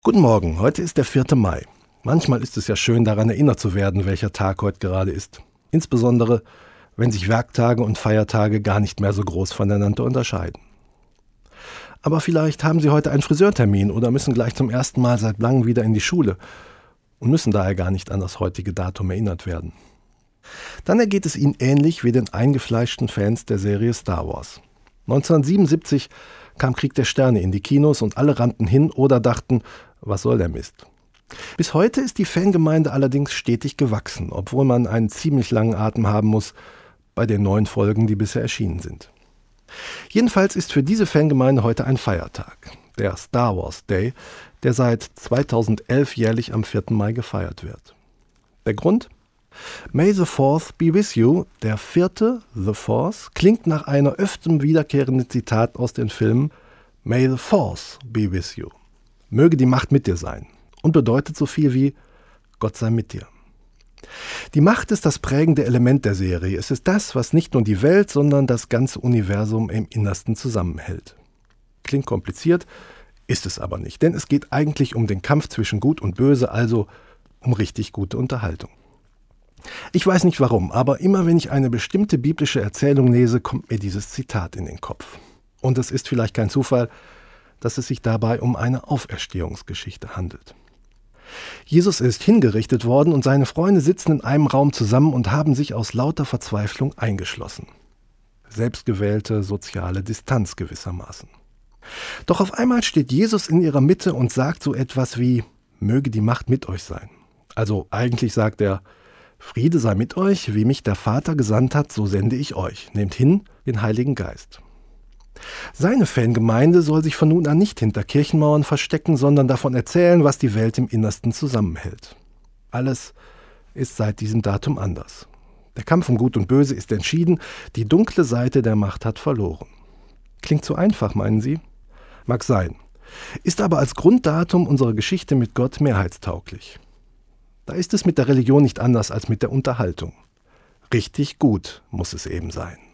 Guten Morgen, heute ist der 4. Mai. Manchmal ist es ja schön, daran erinnert zu werden, welcher Tag heute gerade ist. Insbesondere, wenn sich Werktage und Feiertage gar nicht mehr so groß voneinander unterscheiden. Aber vielleicht haben Sie heute einen Friseurtermin oder müssen gleich zum ersten Mal seit langem wieder in die Schule und müssen daher gar nicht an das heutige Datum erinnert werden. Dann ergeht es Ihnen ähnlich wie den eingefleischten Fans der Serie Star Wars. 1977 kam Krieg der Sterne in die Kinos und alle rannten hin oder dachten, was soll der Mist? Bis heute ist die Fangemeinde allerdings stetig gewachsen, obwohl man einen ziemlich langen Atem haben muss bei den 9 Folgen, die bisher erschienen sind. Jedenfalls ist für diese Fangemeinde heute ein Feiertag, der Star Wars Day, der seit 2011 jährlich am 4. Mai gefeiert wird. Der Grund? May the Fourth be with you, der 4., The Force, klingt nach einer öfter wiederkehrenden Zitat aus den Filmen May the Force be with you. Möge die Macht mit dir sein und bedeutet so viel wie Gott sei mit dir. Die Macht ist das prägende Element der Serie. Es ist das, was nicht nur die Welt, sondern das ganze Universum im Innersten zusammenhält. Klingt kompliziert, ist es aber nicht, denn es geht eigentlich um den Kampf zwischen Gut und Böse, also um richtig gute Unterhaltung. Ich weiß nicht warum, aber immer wenn ich eine bestimmte biblische Erzählung lese, kommt mir dieses Zitat in den Kopf. Und es ist vielleicht kein Zufall, dass es sich dabei um eine Auferstehungsgeschichte handelt. Jesus ist hingerichtet worden und seine Freunde sitzen in einem Raum zusammen und haben sich aus lauter Verzweiflung eingeschlossen. Selbstgewählte soziale Distanz gewissermaßen. Doch auf einmal steht Jesus in ihrer Mitte und sagt so etwas wie, möge die Macht mit euch sein. Also eigentlich sagt er, Friede sei mit euch, wie mich der Vater gesandt hat, so sende ich euch. Nehmt hin den Heiligen Geist. Seine Fangemeinde soll sich von nun an nicht hinter Kirchenmauern verstecken, sondern davon erzählen, was die Welt im Innersten zusammenhält. Alles ist seit diesem Datum anders. Der Kampf um Gut und Böse ist entschieden, die dunkle Seite der Macht hat verloren. Klingt zu einfach, meinen Sie? Mag sein, ist aber als Grunddatum unserer Geschichte mit Gott mehrheitstauglich. Da ist es mit der Religion nicht anders als mit der Unterhaltung. Richtig gut muss es eben sein.